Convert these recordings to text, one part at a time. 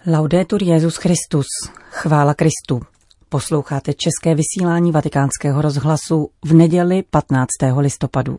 Laudetur Jesus Christus, chvála Kristu. Posloucháte české vysílání Vatikánského rozhlasu v neděli 15. listopadu.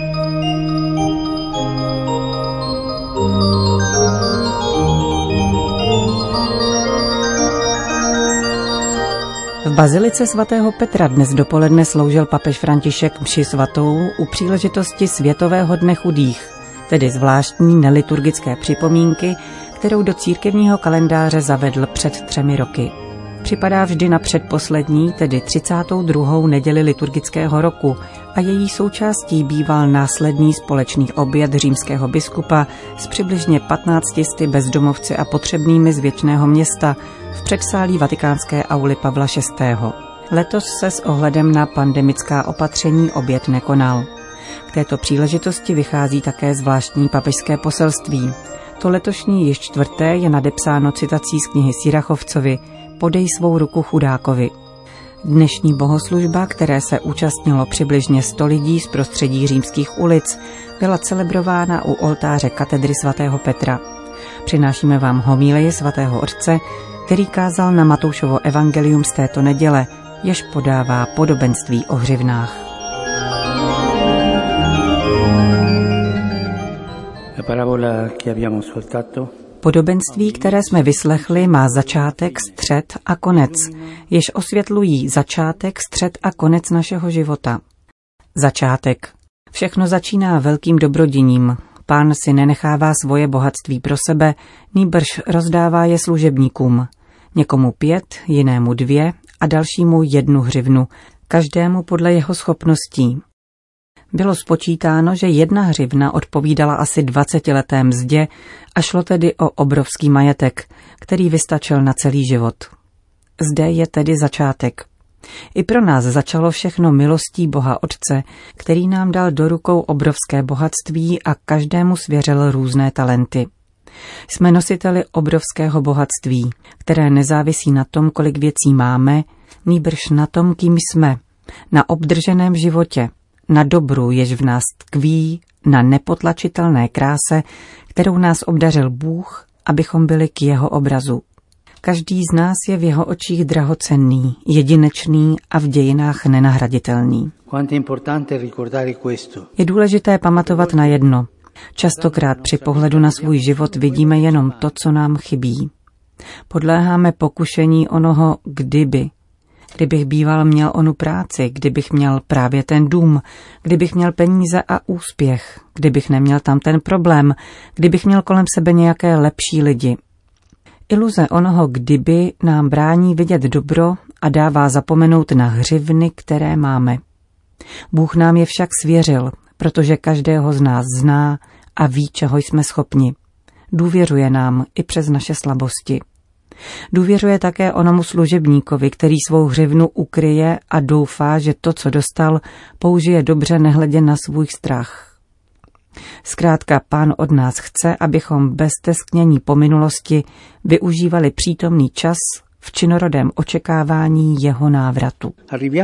V bazilice svatého Petra dnes dopoledne sloužil papež František mši svatou u příležitosti Světového dne chudých, tedy zvláštní neliturgické připomínky, kterou do církevního kalendáře zavedl před 3 roky. Připadá vždy na předposlední, tedy 32. neděli liturgického roku a její součástí býval následný společný oběd římského biskupa s přibližně 1500 bezdomovci a potřebnými z věčného města v předsálí vatikánské auly Pavla VI. Letos se s ohledem na pandemická opatření oběd nekonal. K této příležitosti vychází také zvláštní papežské poselství. To letošní již 4. je nadepsáno citací z knihy Sirachovcovi Podej svou ruku chudákovi. Dnešní bohoslužba, které se účastnilo přibližně 100 lidí z prostředí římských ulic, byla celebrována u oltáře katedry svatého Petra. Přinášíme vám homílii svatého otce, který kázal na Matoušovo evangelium z této neděle, jež podává podobenství o hřivnách. Podobenství, které jsme vyslechli, má začátek, střed a konec, jež osvětlují začátek, střed a konec našeho života. Začátek. Všechno začíná velkým dobrodiním. Pán si nenechává svoje bohatství pro sebe, nýbrž rozdává je služebníkům. Někomu 5, jinému 2 a dalšímu 1 hřivnu, každému podle jeho schopností. Bylo spočítáno, že 1 hřivna odpovídala asi 20leté mzdě a šlo tedy o obrovský majetek, který vystačil na celý život. Zde je tedy začátek. I pro nás začalo všechno milostí Boha Otce, který nám dal do rukou obrovské bohatství a každému svěřil různé talenty. Jsme nositeli obrovského bohatství, které nezávisí na tom, kolik věcí máme, nýbrž na tom, kým jsme, na obdrženém životě, na dobru, jež v nás tkví, na nepotlačitelné kráse, kterou nás obdařil Bůh, abychom byli k jeho obrazu. Každý z nás je v jeho očích drahocenný, jedinečný a v dějinách nenahraditelný. Je důležité pamatovat na jedno. Častokrát při pohledu na svůj život vidíme jenom to, co nám chybí. Podléháme pokušení onoho kdyby. Kdybych býval měl onu práci, kdybych měl právě ten dům, kdybych měl peníze a úspěch, kdybych neměl tam ten problém, kdybych měl kolem sebe nějaké lepší lidi. Iluze onoho kdyby nám brání vidět dobro a dává zapomenout na hřivny, které máme. Bůh nám je však svěřil, protože každého z nás zná a ví, čeho jsme schopni. Důvěřuje nám i přes naše slabosti. Důvěřuje také onomu služebníkovi, který svou hřivnu ukryje a doufá, že to, co dostal, použije dobře nehledě na svůj strach. Zkrátka, Pán od nás chce, abychom bez tesknění po minulosti využívali přítomný čas v činorodém očekávání jeho návratu.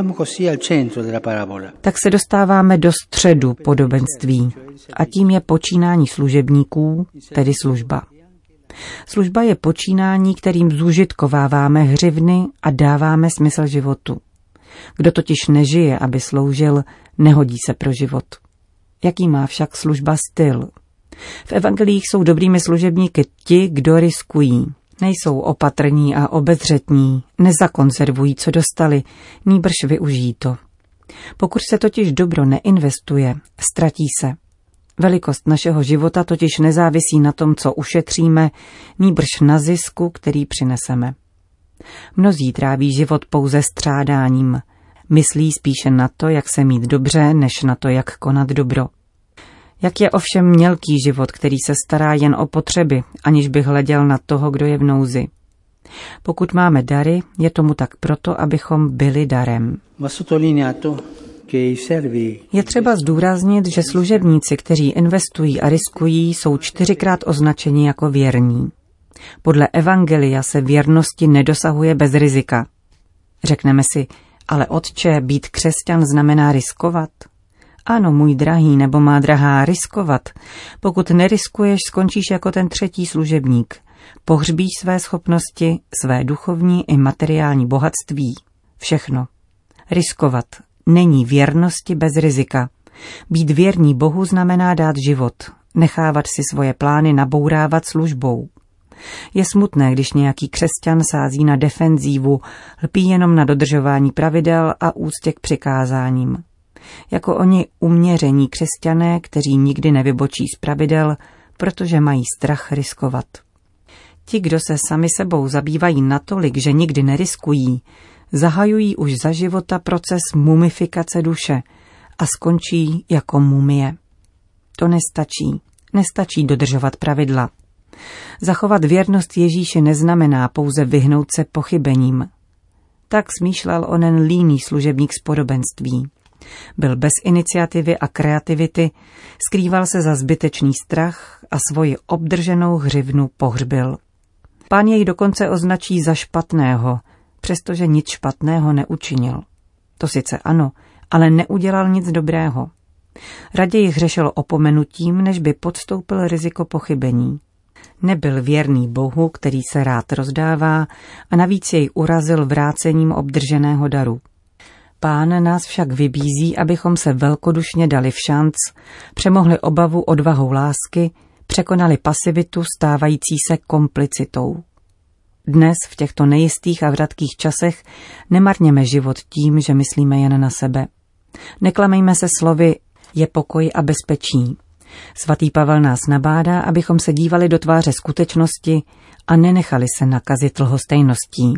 Tak se dostáváme do středu podobenství a tím je počínání služebníků, tedy služba. Služba je počínání, kterým zúžitkováváme hřivny a dáváme smysl životu. Kdo totiž nežije, aby sloužil, nehodí se pro život. Jaký má však služba styl? V evangelích jsou dobrými služebníky ti, kdo riskují. Nejsou opatrní a obezřetní, nezakonzervují, co dostali, nýbrž využijí to. Pokud se totiž dobro neinvestuje, ztratí se. Velikost našeho života totiž nezávisí na tom, co ušetříme, nýbrž na zisku, který přineseme. Mnozí tráví život pouze střádáním. Myslí spíše na to, jak se mít dobře, než na to, jak konat dobro. Jak je ovšem mělký život, který se stará jen o potřeby, aniž by hleděl na toho, kdo je v nouzi. Pokud máme dary, je tomu tak proto, abychom byli darem. Je třeba zdůraznit, že služebníci, kteří investují a riskují, jsou 4krát označeni jako věrní. Podle evangelia se věrnosti nedosahuje bez rizika. Řekneme si, ale otče, být křesťan znamená riskovat? Ano, můj drahý nebo má drahá, riskovat. Pokud neriskuješ, skončíš jako ten 3. služebník. Pohřbíš své schopnosti, své duchovní i materiální bohatství. Všechno. Riskovat není věrnosti bez rizika. Být věrný Bohu znamená dát život, nechávat si svoje plány nabourávat službou. Je smutné, když nějaký křesťan sází na defenzívu, lpí jenom na dodržování pravidel a úctě k přikázáním. Jako oni uměření křesťané, kteří nikdy nevybočí z pravidel, protože mají strach riskovat. Ti, kdo se sami sebou zabývají natolik, že nikdy neriskují, zahajují už za života proces mumifikace duše a skončí jako mumie. To nestačí. Nestačí dodržovat pravidla. Zachovat věrnost Ježíši neznamená pouze vyhnout se pochybením. Tak smýšlel onen líný služebník z podobenství. Byl bez iniciativy a kreativity, skrýval se za zbytečný strach a svoji obdrženou hřivnu pohřbil. Pán jej dokonce označí za špatného, přestože nic špatného neučinil. To sice ano, ale neudělal nic dobrého. Raději hřešel opomenutím, než by podstoupil riziko pochybení. Nebyl věrný Bohu, který se rád rozdává, a navíc jej urazil vrácením obdrženého daru. Pán nás však vybízí, abychom se velkodušně dali všanc, přemohli obavu odvahou lásky, překonali pasivitu stávající se komplicitou. Dnes, v těchto nejistých a vratkých časech, nemarněme život tím, že myslíme jen na sebe. Neklamejme se slovy je pokoj a bezpečí. Svatý Pavel nás nabádá, abychom se dívali do tváře skutečnosti a nenechali se nakazit lhostejností.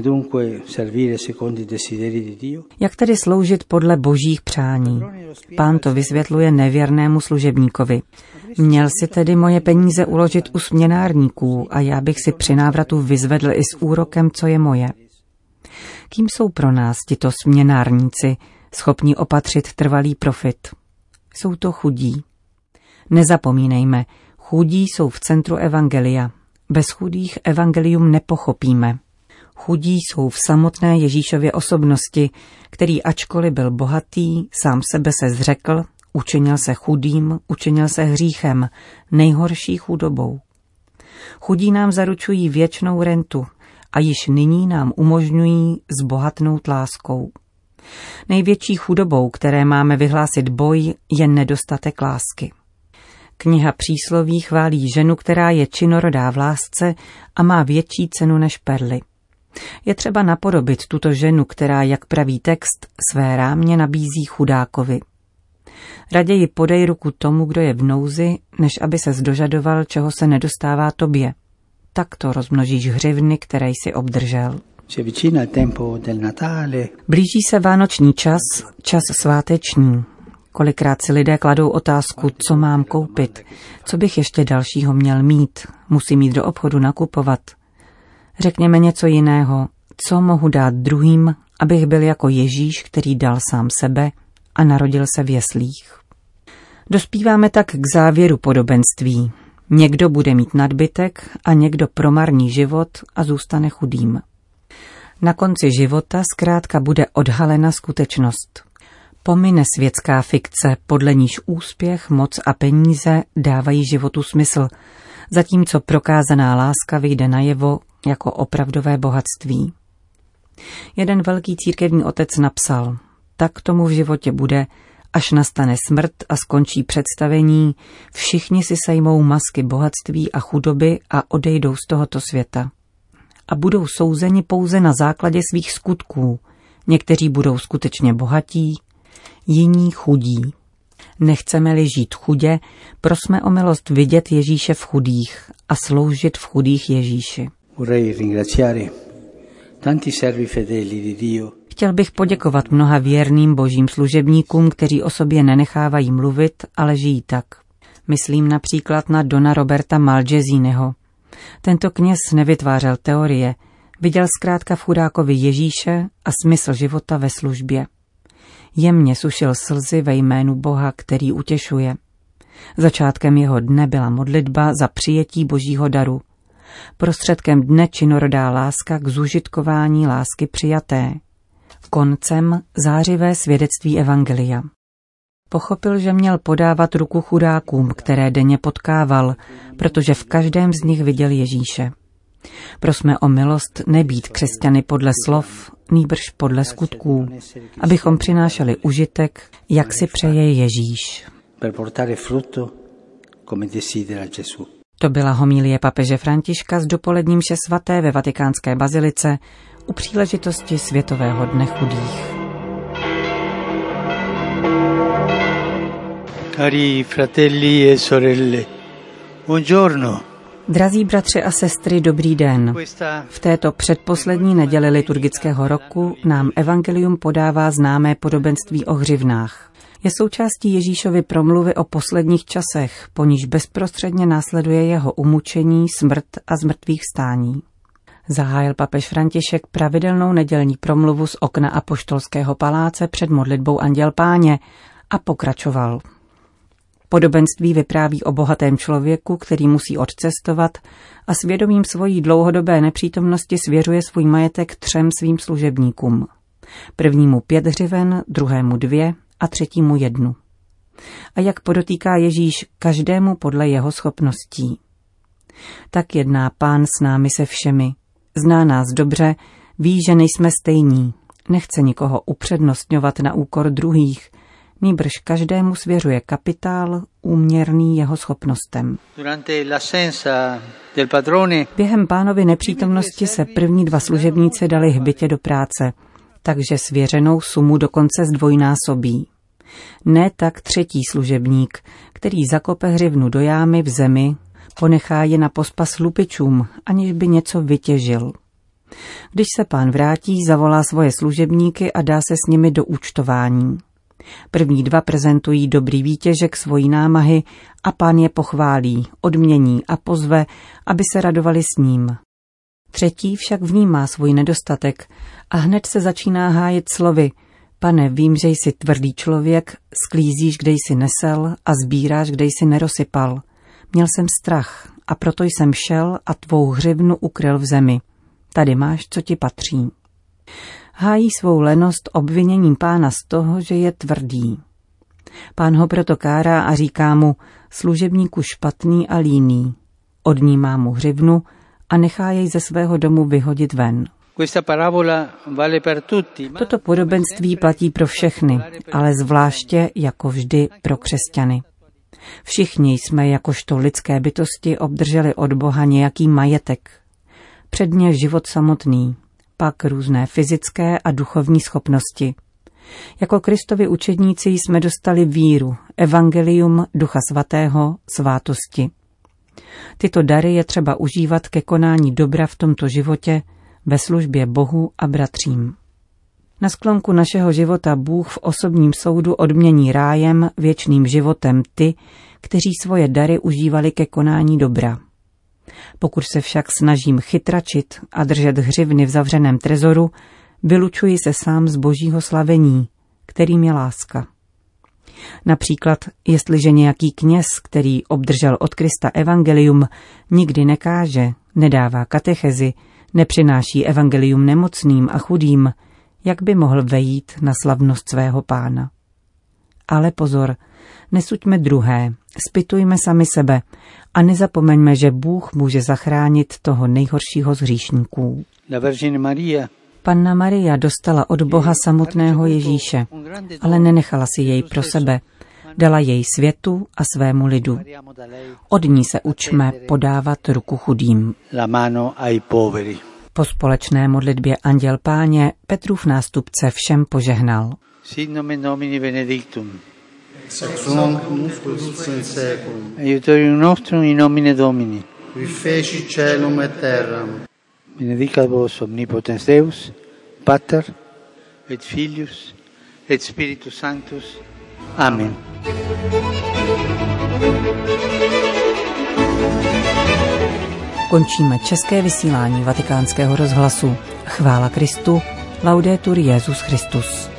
Jak tedy sloužit podle božích přání? Pán to vysvětluje nevěrnému služebníkovi. Měl si tedy moje peníze uložit u směnárníků a já bych si při návratu vyzvedl i s úrokem, co je moje. Kým jsou pro nás tito směnárníci, schopní opatřit trvalý profit? Jsou to chudí. Nezapomínejme, chudí jsou v centru evangelia. Bez chudých evangelium nepochopíme. Chudí jsou v samotné Ježíšově osobnosti, který ačkoliv byl bohatý, sám sebe se zřekl, učinil se chudým, učinil se hříchem, nejhorší chudobou. Chudí nám zaručují věčnou rentu a již nyní nám umožňují zbohatnout láskou. Největší chudobou, které máme vyhlásit boj, je nedostatek lásky. Kniha Přísloví chválí ženu, která je činorodá v lásce a má větší cenu než perly. Je třeba napodobit tuto ženu, která, jak praví text, své rámě nabízí chudákovi. Raději podej ruku tomu, kdo je v nouzi, než aby ses dožadoval, čeho se nedostává tobě. Takto rozmnožíš hřivny, které jsi obdržel. Blíží se vánoční čas, čas sváteční. Kolikrát si lidé kladou otázku, co mám koupit, co bych ještě dalšího měl mít, musím jít do obchodu nakupovat. Řekněme něco jiného, co mohu dát druhým, abych byl jako Ježíš, který dal sám sebe a narodil se v jeslích. Dospíváme tak k závěru podobenství. Někdo bude mít nadbytek a někdo promarní život a zůstane chudým. Na konci života zkrátka bude odhalena skutečnost. Pomine světská fikce, podle níž úspěch, moc a peníze dávají životu smysl, zatímco prokázaná láska vyjde najevo jako opravdové bohatství. Jeden velký církevní otec napsal, tak tomu v životě bude, až nastane smrt a skončí představení, všichni si sejmou masky bohatství a chudoby a odejdou z tohoto světa. A budou souzeni pouze na základě svých skutků. Někteří budou skutečně bohatí, jiní chudí. Nechceme-li žít chudě, prosme o milost vidět Ježíše v chudých a sloužit v chudých Ježíši. Chtěl bych poděkovat mnoha věrným božím služebníkům, kteří o sobě nenechávají mluvit, ale žijí tak. Myslím například na dona Roberta Malgesineho. Tento kněz nevytvářel teorie, viděl zkrátka v chudákovi Ježíše a smysl života ve službě. Jemně sušil slzy ve jménu Boha, který utěšuje. Začátkem jeho dne byla modlitba za přijetí božího daru. Prostředkem dne činorodá láska k zužitkování lásky přijaté. Koncem zářivé svědectví evangelia. Pochopil, že měl podávat ruku chudákům, které denně potkával, protože v každém z nich viděl Ježíše. Prosme o milost nebýt křesťany podle slov, nýbrž podle skutků, abychom přinášeli užitek, jak si přeje Ježíš. To byla homilie papeže Františka z dopolední mše svaté ve Vatikánské bazilice u příležitosti Světového dne chudých. Cari fratelli e sorelle, buongiorno. Drazí bratři a sestry, dobrý den. V této předposlední neděli liturgického roku nám evangelium podává známé podobenství o hřivnách. Je součástí Ježíšovy promluvy o posledních časech, po níž bezprostředně následuje jeho umučení, smrt a zmrtvých vstání. Zahájil papež František pravidelnou nedělní promluvu z okna apoštolského paláce před modlitbou Anděl Páně a pokračoval. Podobenství vypráví o bohatém člověku, který musí odcestovat a svědomím svojí dlouhodobé nepřítomnosti svěřuje svůj majetek 3 svým služebníkům. Prvnímu 5 hřiven, druhému 2 a třetímu 1. A jak podotýká Ježíš, každému podle jeho schopností. Tak jedná Pán s námi se všemi. Zná nás dobře, ví, že nejsme stejní. Nechce nikoho upřednostňovat na úkor druhých, nýbrž každému svěřuje kapitál úměrný jeho schopnostem. Během Pánovy nepřítomnosti se první 2 služebníci dali hbitě do práce, takže svěřenou sumu dokonce zdvojnásobí. Ne tak 3. služebník, který zakope hřivnu do jámy v zemi, ponechá je na pospas lupičům, aniž by něco vytěžil. Když se Pán vrátí, zavolá svoje služebníky a dá se s nimi do účtování. První 2 prezentují dobrý výtěžek svojí námahy a Pán je pochválí, odmění a pozve, aby se radovali s ním. 3. však vnímá svůj nedostatek a hned se začíná hájit slovy: Pane, vím, že jsi tvrdý člověk, sklízíš, kde jsi nesel a sbíráš, kde jsi nerosypal. Měl jsem strach a proto jsem šel a tvou hřivnu ukryl v zemi. Tady máš, co ti patří. Hájí svou lenost obviněním Pána z toho, že je tvrdý. Pán ho proto kárá a říká mu: služebníku špatný a líný. Odnímá mu hřivnu a nechá jej ze svého domu vyhodit ven. Toto podobenství platí pro všechny, ale zvláště, jako vždy, pro křesťany. Všichni jsme jakožto lidské bytosti obdrželi od Boha nějaký majetek. Předně život samotný, pak různé fyzické a duchovní schopnosti. Jako Kristovi učedníci jsme dostali víru, evangelium, Ducha Svatého, svátosti. Tyto dary je třeba užívat ke konání dobra v tomto životě, ve službě Bohu a bratřím. Na sklonku našeho života Bůh v osobním soudu odmění rájem, věčným životem ty, kteří svoje dary užívali ke konání dobra. Pokud se však snažím chytračit a držet hřivny v zavřeném trezoru, vylučuji se sám z božího slavení, kterým je láska. Například, jestliže nějaký kněz, který obdržel od Krista evangelium, nikdy nekáže, nedává katechezi, nepřináší evangelium nemocným a chudým, jak by mohl vejít na slavnost svého Pána. Ale pozor, nesuďme druhé, zpytujme sami sebe a nezapomeňme, že Bůh může zachránit toho nejhoršího z hříšníků. Panna Maria dostala od Boha samotného Ježíše, ale nenechala si jej pro sebe. Dala jej světu a svému lidu. Od ní se učme podávat ruku chudým. Po společné modlitbě Anděl Páně Petrův nástupce všem požehnal. Sit nomen Domini benedictum. Ex hoc nunc in seculum. Aiutorium nostrum in nomine Domini. Qui feci caelum et terram. Benedicat vos omnipotens Deus, Pater et Filius et Spiritus Sanctus. Amen. Končíme české vysílání Vatikánského rozhlasu. Chvála Kristu, laudetur Jesus Christus.